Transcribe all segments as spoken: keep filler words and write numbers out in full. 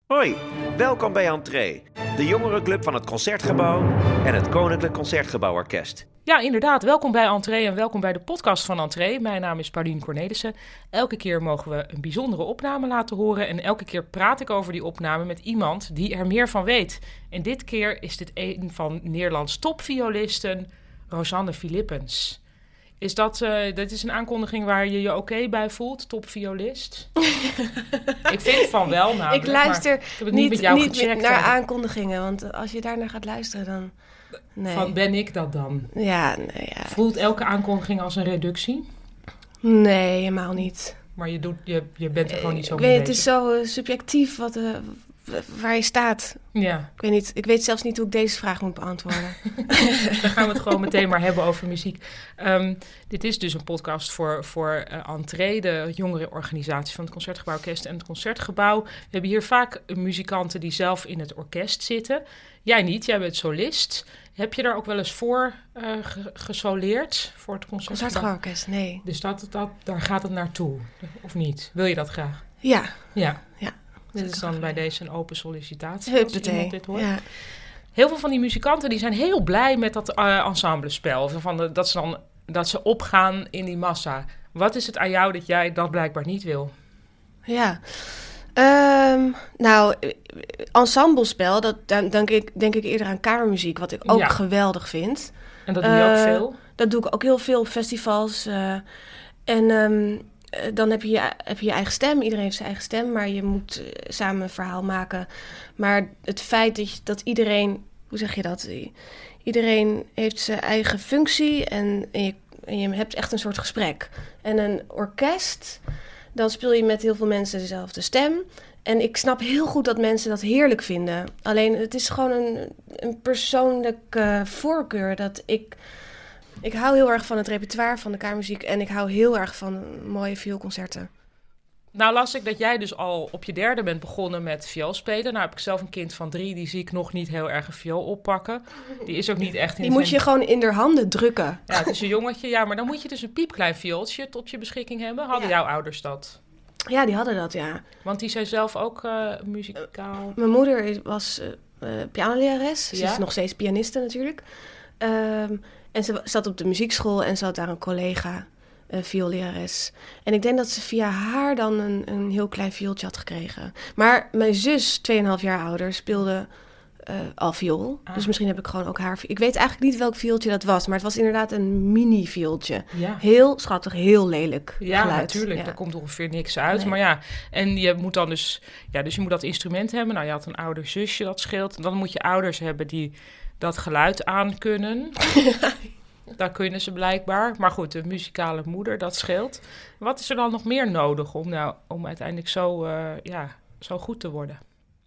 Hoi, welkom bij Entree, de jongerenclub van het Concertgebouw en het Koninklijk Concertgebouworkest. Ja, inderdaad. Welkom bij Entree en welkom bij de podcast van Entree. Mijn naam is Paulien Cornelissen. Elke keer mogen we een bijzondere opname laten horen en elke keer praat ik over die opname met iemand die er meer van weet. En dit keer is dit een van Nederlands topviolisten, Rosanne Philippens. Is dat, uh, dat is een aankondiging waar je je oké okay bij voelt, topviolist? Ik vind van wel namelijk, ik luister maar ik heb het niet, niet met jou niet gecheckt. Naar aankondigingen, want als je daarnaar gaat luisteren, dan... Nee. Van, ben ik dat dan? Ja, nee, ja. Voelt elke aankondiging als een reductie? Nee, helemaal niet. Maar je, doet, je, je bent er gewoon niet zo ik mee weet, bezig. Het is zo uh, subjectief wat, uh, waar je staat. Ja. Ik weet, niet, ik weet zelfs niet hoe ik deze vraag moet beantwoorden. Dan gaan we het gewoon meteen maar hebben over muziek. Um, dit is dus een podcast voor, voor uh, Entree, de jongerenorganisatie van het Concertgebouworkest en het Concertgebouw. We hebben hier vaak muzikanten die zelf in het orkest zitten. Jij niet, jij bent solist. Heb je daar ook wel eens voor uh, ge- gesoleerd voor het Concertgebouworkest? Nee. Dus dat, dat, daar gaat het naartoe, of niet? Wil je dat graag? Ja. Ja. Ja. Dit is dan bij deze een open sollicitatie. Hup, als iemand dit hoort. Ja. Heel veel van die muzikanten die zijn heel blij met dat uh, ensemblespel. Van de, dat, ze dan, dat ze opgaan in die massa. Wat is het aan jou dat jij dat blijkbaar niet wil? Ja. Um, nou, ensemblespel, dat, dan denk ik, denk ik eerder aan kamermuziek, wat ik ook ja. geweldig vind. En dat doe je uh, ook veel? Dat doe ik ook heel veel op festivals. Uh, en um, dan heb je, je heb je je eigen stem. Iedereen heeft zijn eigen stem, maar je moet uh, samen een verhaal maken. Maar het feit dat, je, dat iedereen, hoe zeg je dat? Iedereen heeft zijn eigen functie en, en, je, en je hebt echt een soort gesprek. En een orkest, dan speel je met heel veel mensen dezelfde stem. En ik snap heel goed dat mensen dat heerlijk vinden. Alleen het is gewoon een, een persoonlijke voorkeur dat ik... Ik hou heel erg van het repertoire van de kamermuziek en ik hou heel erg van mooie vioolconcerten. Nou las ik dat jij dus al op je derde bent begonnen met vioolspelen. Nou heb ik zelf een kind van drie, die zie ik nog niet heel erg een viool oppakken. Die is ook niet echt in Die zijn... moet je gewoon in de handen drukken. Ja, het is een jongetje. Ja, maar dan moet je dus een piepklein viooltje tot je beschikking hebben. Hadden ja. jouw ouders dat? Ja, die hadden dat, ja. Want die zijn zelf ook uh, muzikaal... Uh, mijn moeder was uh, uh, pianolerares. Ze ja? is nog steeds pianiste natuurlijk. Um, en ze zat op de muziekschool en ze had daar een collega, uh, vioollerares. En ik denk dat ze via haar dan een, een heel klein viooltje had gekregen. Maar mijn zus, tweeënhalf jaar ouder, speelde uh, al viool. Ah. Dus misschien heb ik gewoon ook haar... Ik weet eigenlijk niet welk viooltje dat was, maar het was inderdaad een mini-viooltje. Ja. Heel schattig, heel lelijk ja, geluid. Natuurlijk, ja, daar komt ongeveer niks uit. Nee. Maar ja, en je moet dan dus... Ja, dus je moet dat instrument hebben. Nou, je had een ouder zusje, dat scheelt. En dan moet je ouders hebben die dat geluid aan kunnen. Daar kunnen ze blijkbaar. Maar goed, de muzikale moeder, dat scheelt. Wat is er dan nog meer nodig om, nou, om uiteindelijk zo, uh, ja, zo goed te worden?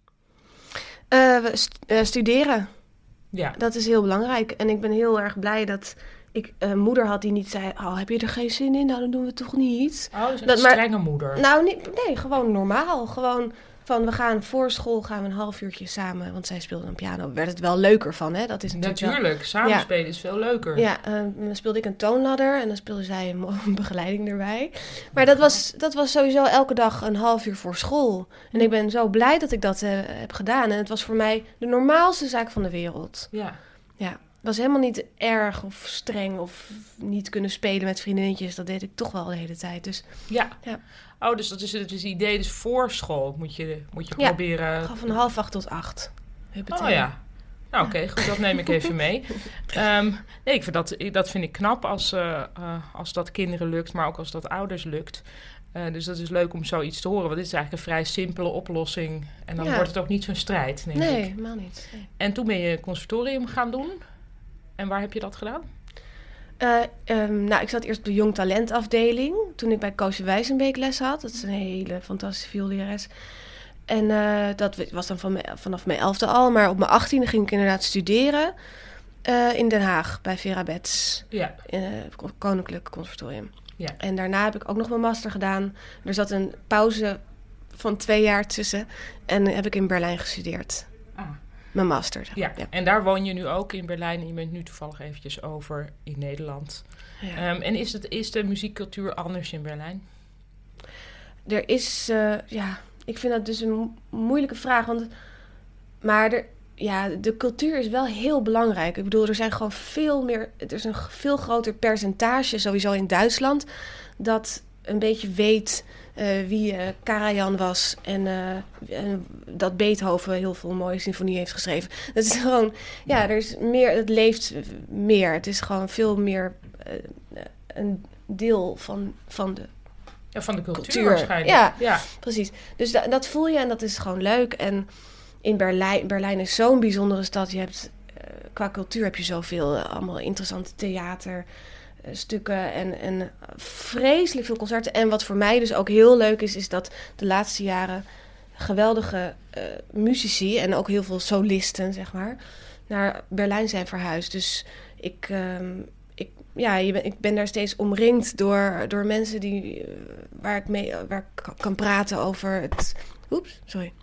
Uh, st- uh, studeren. Ja. Dat is heel belangrijk. En ik ben heel erg blij dat ik een moeder had die niet zei... Oh, heb je er geen zin in? Nou, dan doen we het toch niet. Oh, dus een dat, strenge maar, moeder. Nou, niet, nee, gewoon normaal. Gewoon... Van, we gaan voor school gaan we een half uurtje samen, want zij speelde een piano. Werd het wel leuker van, hè? Dat is natuurlijk, natuurlijk wel... samenspelen ja. is veel leuker. Ja, uh, dan speelde ik een toonladder en dan speelde zij een, een begeleiding erbij. Maar dat was, dat was sowieso elke dag een half uur voor school. En ik ben zo blij dat ik dat uh, heb gedaan. En het was voor mij de normaalste zaak van de wereld. Ja. Ja. Het was helemaal niet erg of streng of niet kunnen spelen met vriendinnetjes. Dat deed ik toch wel de hele tijd. Dus, ja. ja. Oh, dus dat is het dus idee. Dus voor school moet je, moet je ja, proberen... van half acht tot acht. Oh ja. Nou oké, okay, goed. Dat neem ik even mee. Um, nee, ik vind dat, dat vind ik knap als, uh, uh, als dat kinderen lukt, maar ook als dat ouders lukt. Uh, dus dat is leuk om zoiets te horen. Want dit is eigenlijk een vrij simpele oplossing. En dan ja. wordt het ook niet zo'n strijd, denk nee, ik. Nee, helemaal niet. Nee. En toen ben je conservatorium gaan doen. En waar heb je dat gedaan? Uh, um, nou, ik zat eerst op de jong talentafdeling. Toen ik bij Koosje Wijzenbeek les had. Dat is een hele fantastische vioollerares. En uh, dat was dan van me, vanaf mijn elfde al. Maar op mijn achttiende ging ik inderdaad studeren. Uh, in Den Haag, bij Vera Betts. Ja. In het Koninklijk Conservatorium. Ja. En daarna heb ik ook nog mijn master gedaan. Er zat een pauze van twee jaar tussen. En heb ik in Berlijn gestudeerd. Ah. Mijn master. Ja. ja, en daar woon je nu ook in Berlijn. En je bent nu toevallig eventjes over in Nederland. Ja. Um, en is, het, is de muziekcultuur anders in Berlijn? Er is, uh, ja, ik vind dat dus een mo- moeilijke vraag. Want, maar er, ja, de cultuur is wel heel belangrijk. Ik bedoel, er zijn gewoon veel meer... Er is een g- veel groter percentage, sowieso in Duitsland... dat een beetje weet uh, wie uh, Karajan was... En, uh, en dat Beethoven heel veel mooie symfonieën heeft geschreven. Dat is gewoon... Ja, er is meer... Het leeft meer. Het is gewoon veel meer uh, een deel van, van de... Ja, van de cultuur, cultuur. waarschijnlijk. Ja, ja. precies. Dus da- dat voel je en dat is gewoon leuk. En in Berlijn, Berlijn is zo'n bijzondere stad. Je hebt, uh, qua cultuur heb je zoveel, uh, allemaal interessante theaterstukken en, en vreselijk veel concerten. En wat voor mij dus ook heel leuk is, is dat de laatste jaren geweldige uh, muzici en ook heel veel solisten, zeg maar, naar Berlijn zijn verhuisd. Dus ik... Um, Ja, je ben, ik ben daar steeds omringd door, door mensen die, uh, waar ik mee waar ik kan praten over het... Oeps, sorry.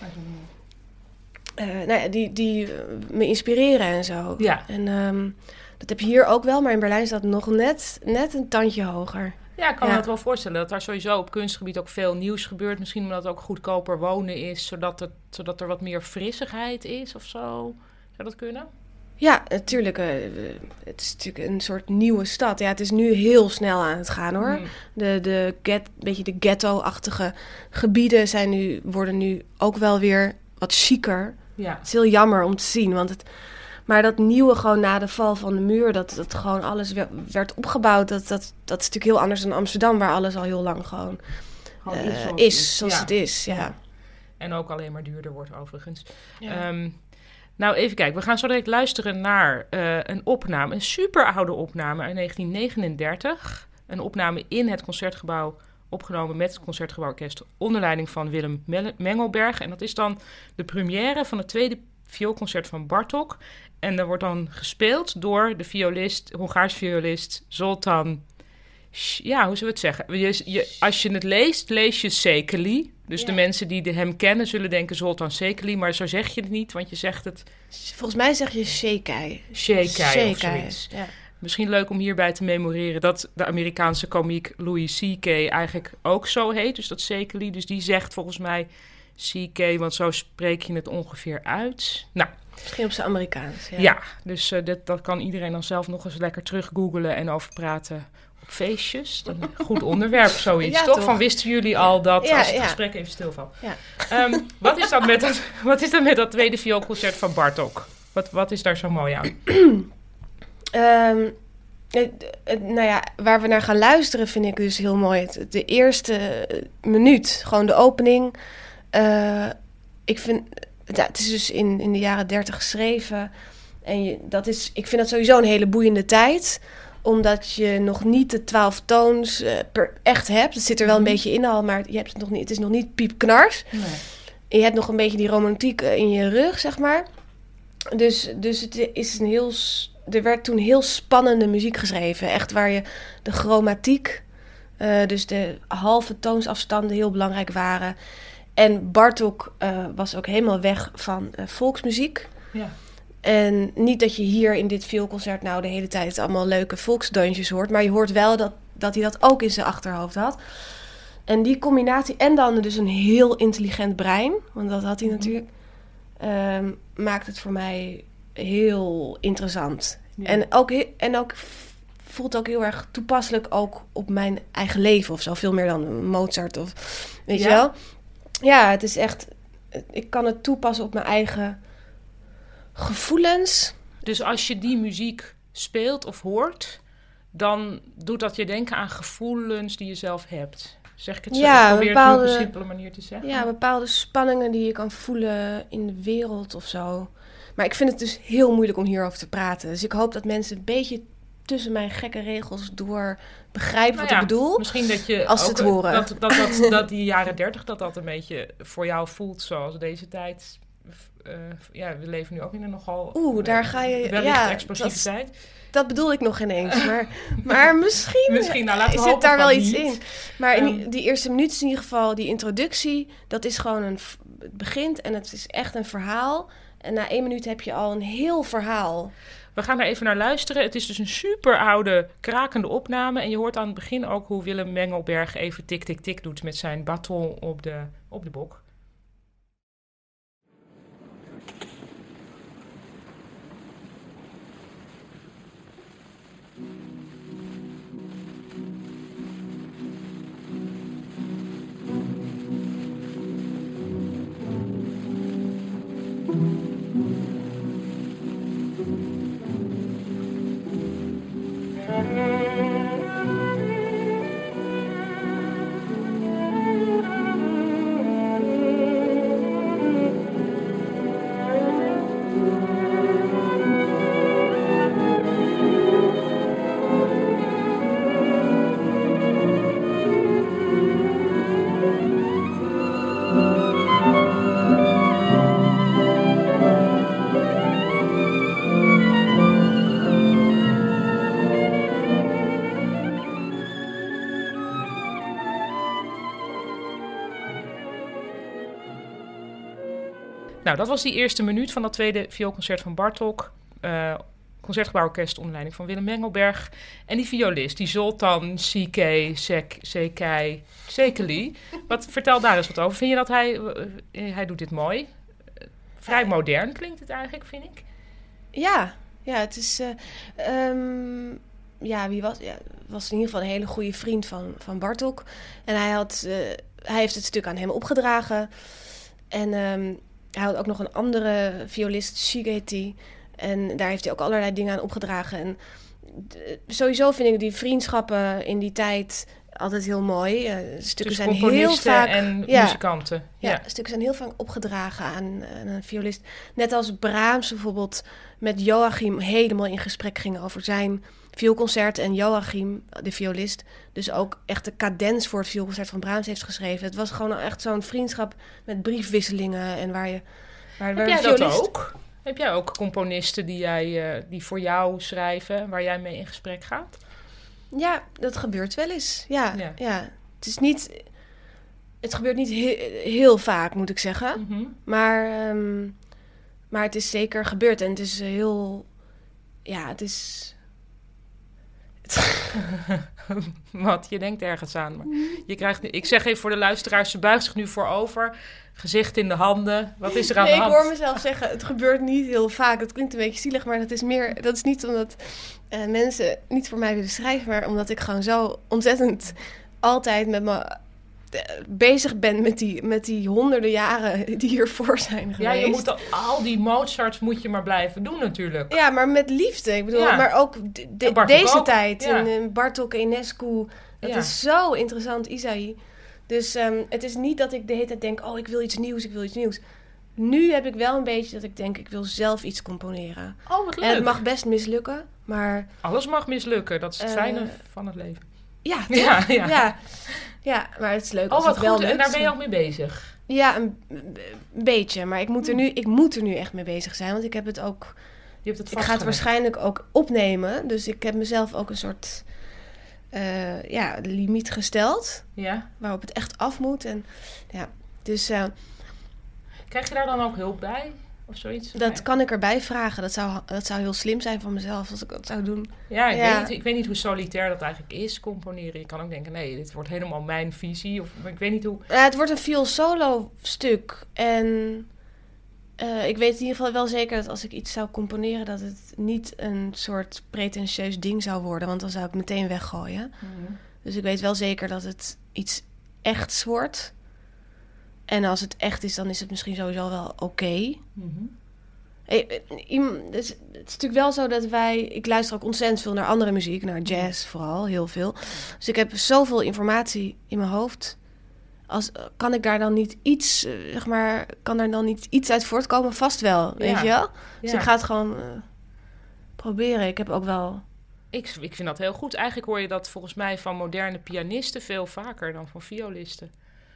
Uh, nou ja, die, die me inspireren en zo. Ja. En um, dat heb je hier ook wel, maar in Berlijn staat nog net, net een tandje hoger. Ja, ik kan Ja. me dat wel voorstellen. Dat daar sowieso op kunstgebied ook veel nieuws gebeurt. Misschien omdat het ook goedkoper wonen is, zodat, het, zodat er wat meer frissigheid is of zo. Zou dat kunnen? Ja, natuurlijk. Uh, het is natuurlijk een soort nieuwe stad. Ja, het is nu heel snel aan het gaan, hoor. Mm. De, de get, beetje de ghetto-achtige gebieden zijn nu, worden nu ook wel weer wat chiquer. Ja. Het is heel jammer om te zien, want het... Maar dat nieuwe gewoon na de val van de muur, dat, dat gewoon alles we- werd opgebouwd, dat, dat, dat is natuurlijk heel anders dan Amsterdam, waar alles al heel lang gewoon, Gewoon uh, is zoals het is, is. zoals Ja. het is. Ja. Ja. En ook alleen maar duurder wordt overigens. Ja. Um, nou, even kijken. We gaan zo direct luisteren naar uh, een opname. Een super oude opname uit negentien negenendertig. Een opname in het Concertgebouw, opgenomen met het Concertgebouworkest onder leiding van Willem Mengelberg. En dat is dan de première van het tweede vioolconcert van Bartók. En dat wordt dan gespeeld door de violist, Hongaars violist Zoltán. Ja, hoe zullen we het zeggen? Je, je, als je het leest, lees je Székely. Dus Ja. de mensen die de hem kennen zullen denken Zoltán Székely, maar zo zeg je het niet, want je zegt het Volgens mij zeg je Székely. Székely of Székely, zoiets. ja. Misschien leuk om hierbij te memoreren dat de Amerikaanse komiek Louis C K eigenlijk ook zo heet. Dus dat Székely, dus die zegt volgens mij C K, want zo spreek je het ongeveer uit. Nou, Misschien op zijn Amerikaans. Ja, ja, dus uh, dit, dat kan iedereen dan zelf nog eens lekker terug googlen en over praten op feestjes. Dat is een goed onderwerp, zoiets, Ja, toch? toch? Van wisten jullie al dat, Ja, als het ja. gesprek even stilvalt. Ja. Um, wat, is dat met dat, wat is dat met dat tweede vioolconcert van Bartók? Wat, wat is daar zo mooi aan? Um, het, het, nou ja, waar we naar gaan luisteren vind ik dus heel mooi. Het, de eerste minuut, gewoon de opening. Uh, ik vind, ja, het is dus in, in de jaren dertig geschreven. En je, dat is, ik vind dat sowieso een hele boeiende tijd. Omdat je nog niet de twaalf toons uh, per echt hebt. Het zit er wel een Mm-hmm. beetje in al, maar je hebt het, nog niet, het is nog niet piepknars. Nee. En je hebt nog een beetje die romantiek uh, in je rug, zeg maar. Dus, dus het is een heel... Er werd toen heel spannende muziek geschreven. Echt waar je de chromatiek, uh, dus de halve toonsafstanden heel belangrijk waren. En Bartók uh, was ook helemaal weg van uh, volksmuziek. Ja. En niet dat je hier in dit vioolconcert nou de hele tijd allemaal leuke volksdeuntjes hoort. Maar je hoort wel dat, dat hij dat ook in zijn achterhoofd had. En die combinatie, en dan dus een heel intelligent brein. Want dat had hij Mm-hmm. natuurlijk. Um, maakt het voor mij heel interessant. Ja. En, ook, he- en ook voelt ook heel erg toepasselijk ook op mijn eigen leven of zo. Veel meer dan Mozart of weet Ja? je wel. Ja, het is echt... Ik kan het toepassen op mijn eigen gevoelens. Dus als je die muziek speelt of hoort, dan doet dat je denken aan gevoelens die je zelf hebt. Zeg ik het zo? Ja, Ik probeer bepaalde- het nu op een simpele manier te zeggen. Ja, bepaalde spanningen die je kan voelen in de wereld of zo. Maar ik vind het dus heel moeilijk om hierover te praten. Dus ik hoop dat mensen een beetje tussen mijn gekke regels door begrijpen Nou wat ja, ik bedoel. Misschien dat je Als ze ook, het horen. Dat, dat, dat, dat die jaren dertig, dat dat een beetje voor jou voelt zoals deze tijd. Uh, ja, we leven nu ook in een nogal... Oeh, daar ga je... wellicht ja, explosieve dat, tijd. dat bedoel ik nog ineens. Maar, maar misschien, Misschien, nou, laten we zit hopen daar van wel iets niet. in. Maar in Um, die, die eerste minuut in ieder geval, die introductie, dat is gewoon een, het begint en het is echt een verhaal. En na één minuut heb je al een heel verhaal. We gaan er even naar luisteren. Het is dus een super oude, krakende opname. En je hoort aan het begin ook hoe Willem Mengelberg even tik, tik, tik doet met zijn baton op de, op de bok. Nou, dat was die eerste minuut van dat tweede vioolconcert van Bartók. Uh, Concertgebouworkest onder leiding van Willem Mengelberg. En die violist, die Zoltán Székely Székely Székely. Wat vertel daar eens wat over. Vind je dat hij... Uh, hij doet dit mooi. Uh, vrij modern klinkt het eigenlijk, vind ik. Ja, ja, het is... Uh, um, ja, wie was... Ja, was in ieder geval een hele goede vriend van, van Bartók. En hij, had, uh, hij heeft het stuk aan hem opgedragen. En... Um, Hij had ook nog een andere violist, Szigeti. En daar heeft hij ook allerlei dingen aan opgedragen. En d- sowieso vind ik die vriendschappen in die tijd altijd heel mooi. Uh, stukken dus zijn heel vaak... en ja, muzikanten. Ja, ja, stukken zijn heel vaak opgedragen aan, aan een violist. Net als Brahms bijvoorbeeld met Joachim helemaal in gesprek ging over zijn vioolconcert. En Joachim, de violist, dus ook echt de cadens voor het vioolconcert van Brahms heeft geschreven. Het was gewoon echt zo'n vriendschap met briefwisselingen en waar je... Waar, Heb waar jij violist... dat ook? Heb jij ook componisten die, jij, uh, die voor jou schrijven, waar jij mee in gesprek gaat? Ja, dat gebeurt wel eens. Ja, ja. ja. Het is niet... Het gebeurt niet he- heel vaak, moet ik zeggen. Mm-hmm. Maar, um, maar het is zeker gebeurd. En het is heel... Ja, het is... Wat, je denkt ergens aan. Maar je krijgt nu, ik zeg even voor de luisteraars, ze buigt zich nu voorover. Gezicht in de handen. Wat is er aan nee, de hand? Ik hoor mezelf zeggen, het gebeurt niet heel vaak. Het klinkt een beetje zielig, maar dat is meer... Dat is niet omdat uh, mensen niet voor mij willen schrijven, maar omdat ik gewoon zo ontzettend altijd met me bezig ben met die, met die honderden jaren die hiervoor zijn geweest. Ja, je moet al, al die Mozarts moet je maar blijven doen natuurlijk. Ja, maar met liefde. Ik bedoel, ja. maar ook de, de, deze ook. tijd. Ja. En uh, Bartók, Enescu. Dat ja. is zo interessant, Isaïe. Dus um, het is niet dat ik de hele tijd denk, oh, ik wil iets nieuws, ik wil iets nieuws. Nu heb ik wel een beetje dat ik denk, ik wil zelf iets componeren. Oh, wat leuk. En het mag best mislukken, maar... Alles mag mislukken, dat is het uh, fijne van het leven. Ja, ja, ja. ja. Ja, maar het is leuk oh, als wat het wel goed. lukt. En daar ben je ook mee bezig? Ja, een, een beetje. Maar ik moet, er nu, ik moet er nu echt mee bezig zijn, want ik heb het ook... Je hebt het ik ga het waarschijnlijk ook opnemen. Dus ik heb mezelf ook een soort uh, ja, limiet gesteld. Ja. Waarop het echt af moet. En, ja, dus, uh, krijg je daar dan ook hulp bij? Of zoiets? Dat nee. kan ik erbij vragen. Dat zou, dat zou heel slim zijn van mezelf als ik dat zou doen. Ja, ik, ja. Weet niet, ik weet niet hoe solitair dat eigenlijk is, componeren. Je kan ook denken, nee, dit wordt helemaal mijn visie. Of, maar ik weet niet hoe... Ja, het wordt een viool solo stuk. En uh, ik weet in ieder geval wel zeker dat als ik iets zou componeren, dat het niet een soort pretentieus ding zou worden. Want dan zou ik meteen weggooien. Mm-hmm. Dus ik weet wel zeker dat het iets echts wordt. En als het echt is, dan is het misschien sowieso wel oké. Okay. Mm-hmm. Het is, het is natuurlijk wel zo dat wij... Ik luister ook ontzettend veel naar andere muziek. Naar jazz vooral, heel veel. Dus ik heb zoveel informatie in mijn hoofd. Als, kan ik daar dan niet iets... Zeg maar, kan daar dan niet iets uit voortkomen? Vast wel, weet ja. je wel? Dus ja. ik ga het gewoon uh, proberen. Ik heb ook wel... Ik, ik vind dat heel goed. Eigenlijk hoor je dat volgens mij van moderne pianisten veel vaker dan van violisten.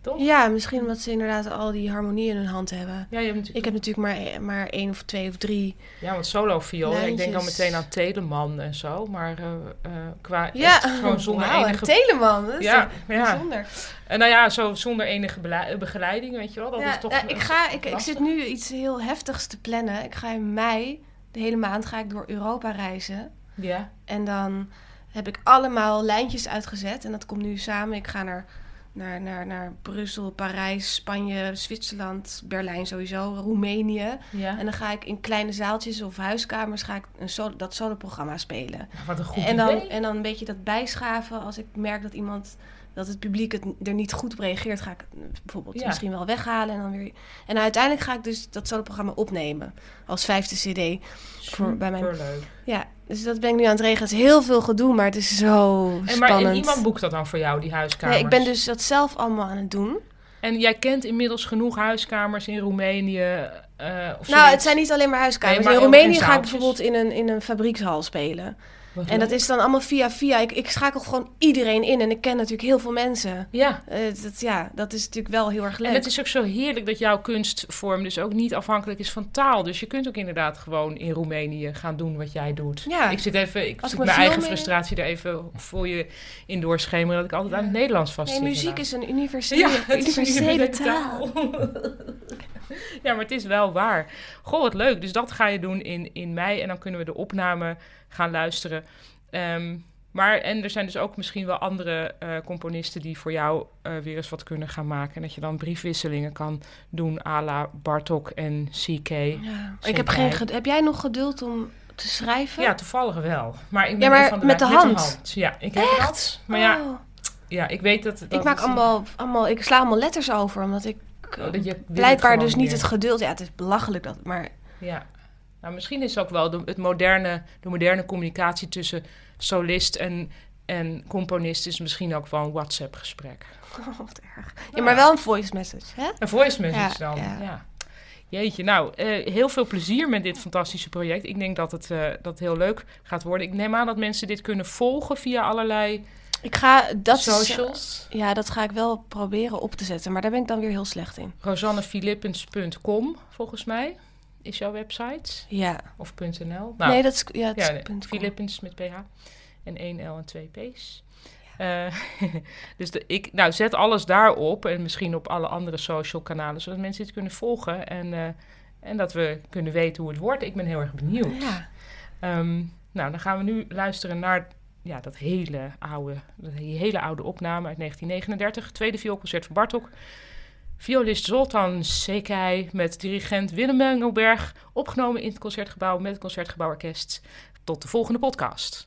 Toch? Ja, misschien omdat ze inderdaad al die harmonie in hun hand hebben. Ja, je hebt natuurlijk... Ik heb natuurlijk maar, maar één of twee of drie. Ja, want solo viool, ik denk al meteen aan Telemann en zo. Maar uh, uh, qua ja, echt gewoon zonder wow, enige... Telemann, dat is ja, ja. bijzonder. En nou ja, zo zonder enige bele- begeleiding, weet je wel. Dat ja, is toch uh, ik, ga, ik, ik lastig. zit nu iets heel heftigs te plannen. Ik ga in mei, de hele maand, ga ik door Europa reizen. Ja. En dan heb ik allemaal lijntjes uitgezet. En dat komt nu samen. Ik ga naar... Naar, naar, naar Brussel, Parijs, Spanje, Zwitserland, Berlijn sowieso, Roemenië. Ja. En dan ga ik in kleine zaaltjes of huiskamers ga ik een solo, dat soloprogramma spelen. Nou, wat een goed en dan, idee. En dan een beetje dat bijschaven. Als ik merk dat iemand, dat het publiek het er niet goed op reageert, ga ik bijvoorbeeld Ja. misschien wel weghalen. En, dan weer, en uiteindelijk ga ik dus dat soloprogramma opnemen als vijfde cd. Voor, bij mijn, Superleuk. ja, dus dat ben ik nu aan het regelen. Het is heel veel gedoe, maar het is zo En, maar, spannend. en iemand boekt dat dan voor jou, die huiskamers? Nee, ik ben dus dat zelf allemaal aan het doen. En jij kent inmiddels genoeg huiskamers in Roemenië? Uh, of Nou, het zijn niet alleen maar huiskamers. Nee, maar in ook Roemenië in ga ik zaaltjes. bijvoorbeeld in een, in een fabriekshal spelen. Wat En dat leuk. is dan allemaal via via. Ik, ik schakel gewoon iedereen in. En ik ken natuurlijk heel veel mensen. Ja. Uh, dat, ja, dat is natuurlijk wel heel erg leuk. En het is ook zo heerlijk dat jouw kunstvorm dus ook niet afhankelijk is van taal. Dus je kunt ook inderdaad gewoon in Roemenië gaan doen wat jij doet. Ja. Ik zit even, ik Als zit ik mijn mijn eigen film, frustratie er even voor je in doorschemeren. Dat ik altijd aan het Nederlands vast Nee, zit, muziek inderdaad. is een universele, Ja, het is een universele universele taal. Ja, maar het is wel waar. Goh, wat leuk. Dus dat ga je doen in, in mei. En dan kunnen we de opname gaan luisteren. Um, maar, en er zijn dus ook misschien wel andere uh, componisten die voor jou uh, weer eens wat kunnen gaan maken. En dat je dan briefwisselingen kan doen à la Bartók en C K. Ja. Ik heb, geen ged- heb jij nog geduld om te schrijven? Ja, toevallig wel. Maar ik ben Ja, maar van de met de met hand? hand. Ja, ik heb Echt? dat. Maar ja, Oh. ja, ik weet dat... dat ik maak het- allemaal, allemaal... Ik sla allemaal letters over, omdat ik... Oh, dat je wil het blijkbaar gewoon dus niet meer. het geduld... Ja, het is belachelijk dat... Maar Ja, nou, misschien is ook wel de, het moderne, de moderne communicatie tussen solist en, en componist is misschien ook wel een WhatsApp-gesprek. oh, wat erg. Ja, Nou maar ja. wel een voice message, hè? Een voice message Ja, dan. ja. Ja. Jeetje, nou, uh, heel veel plezier met dit fantastische project. Ik denk dat het, uh, dat het heel leuk gaat worden. Ik neem aan dat mensen dit kunnen volgen via allerlei Ik ga... Dat socials. Is, ja, dat ga ik wel proberen op te zetten. Maar daar ben ik dan weer heel slecht in. Rosannefilippens punt com, volgens mij, is jouw website. Ja. Of .nl. Nou, nee, dat is... Ja, het is ja, nee, punt com. Philippens met ph. En één L en twee P's. Ja. Uh, dus de, ik, nou, zet alles daarop en misschien op alle andere social kanalen, zodat mensen dit kunnen volgen en, uh, en dat we kunnen weten hoe het wordt. Ik ben heel erg benieuwd. Ja. Um, nou, dan gaan we nu luisteren naar ja, dat hele oude, dat hele oude opname uit negentien negenendertig. Tweede vioolconcert van Bartók. Violist Zoltán Székely met dirigent Willem Engelberg. Opgenomen in het Concertgebouw met het Concertgebouworkest. Tot de volgende podcast.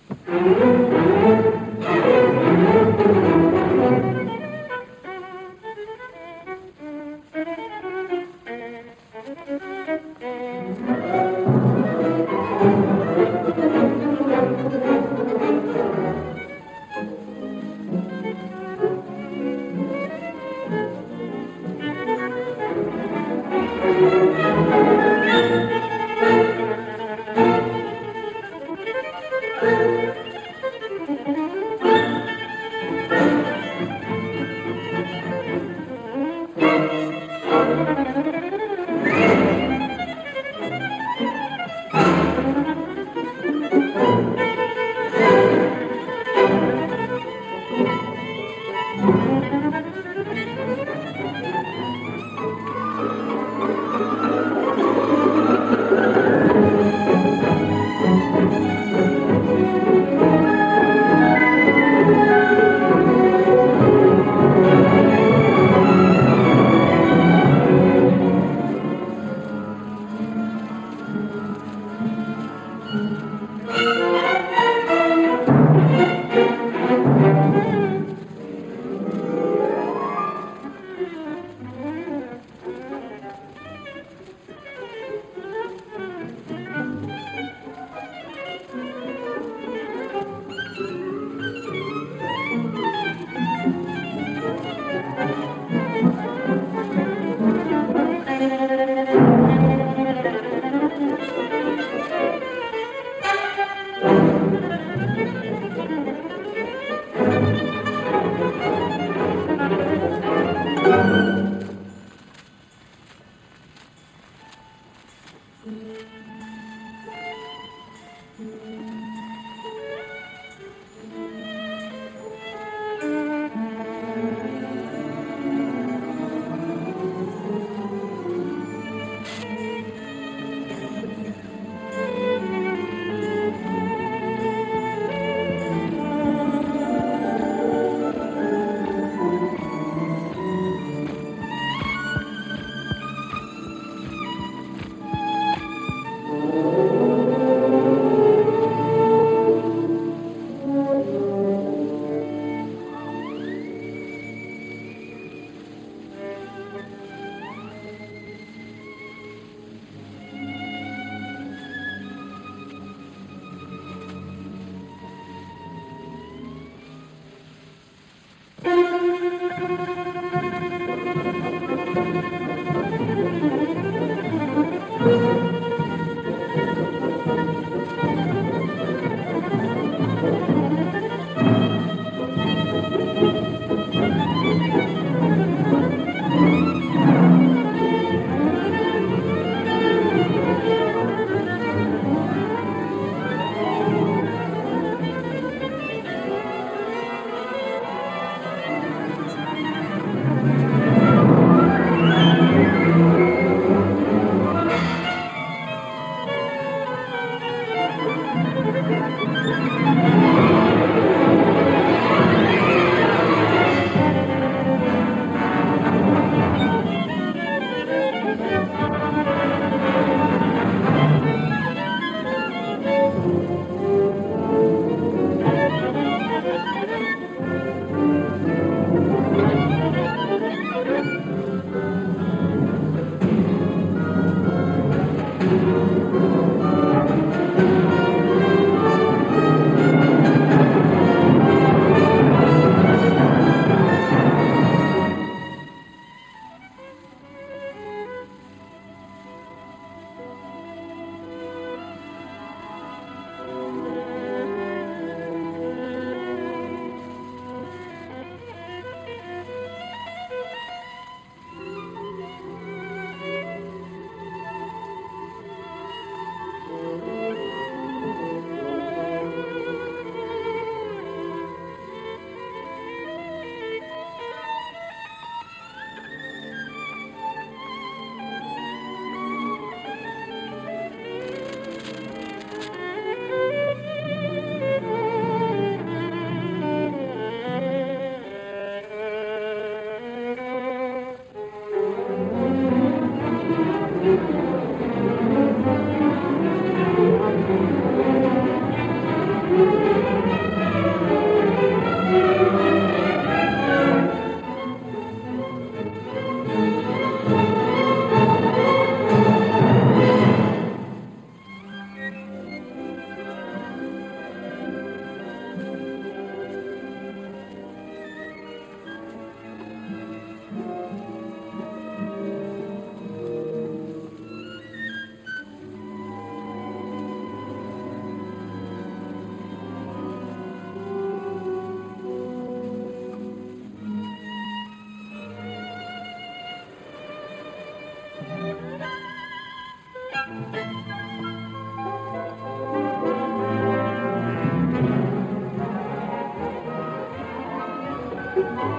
Thank you.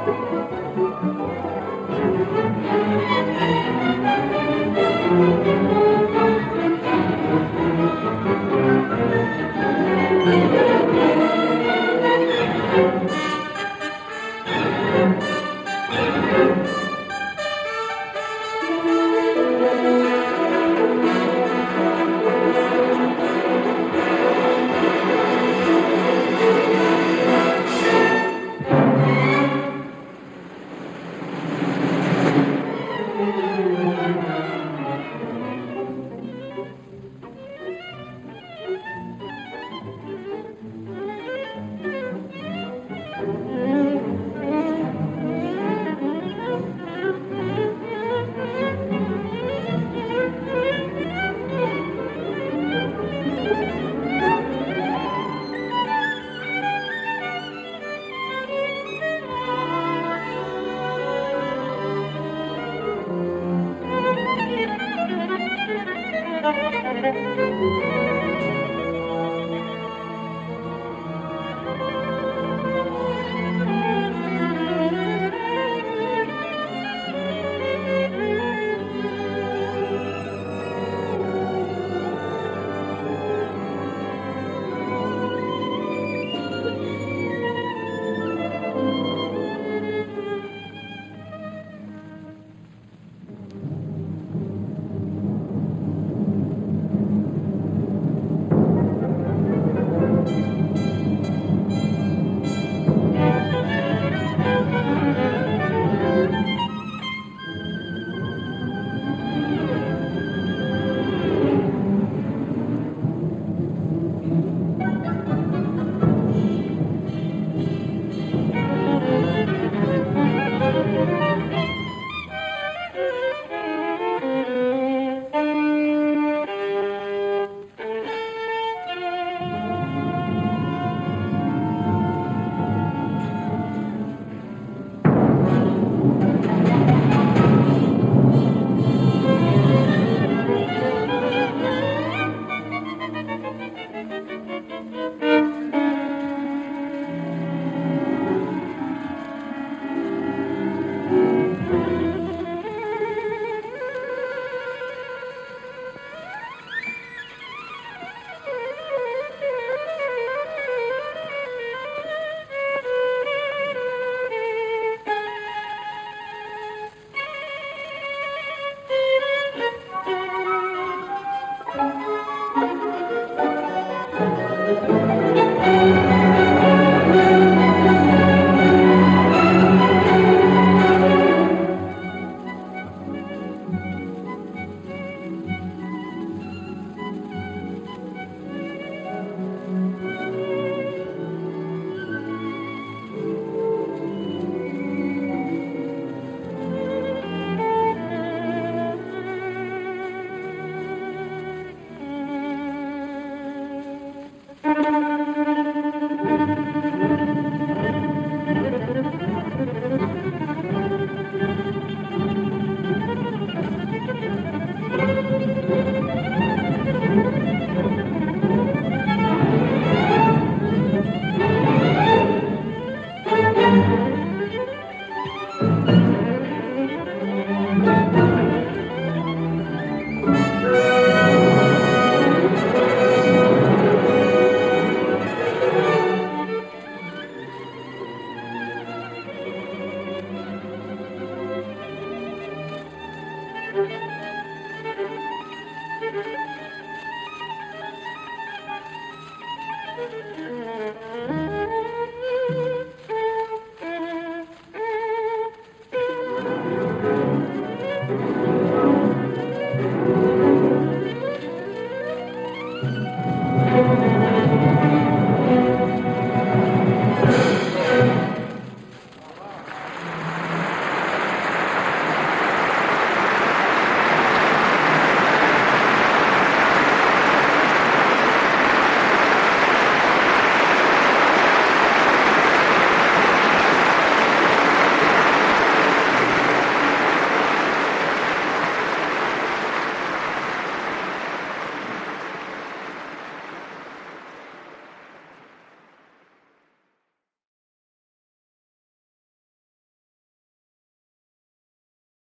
Thank you.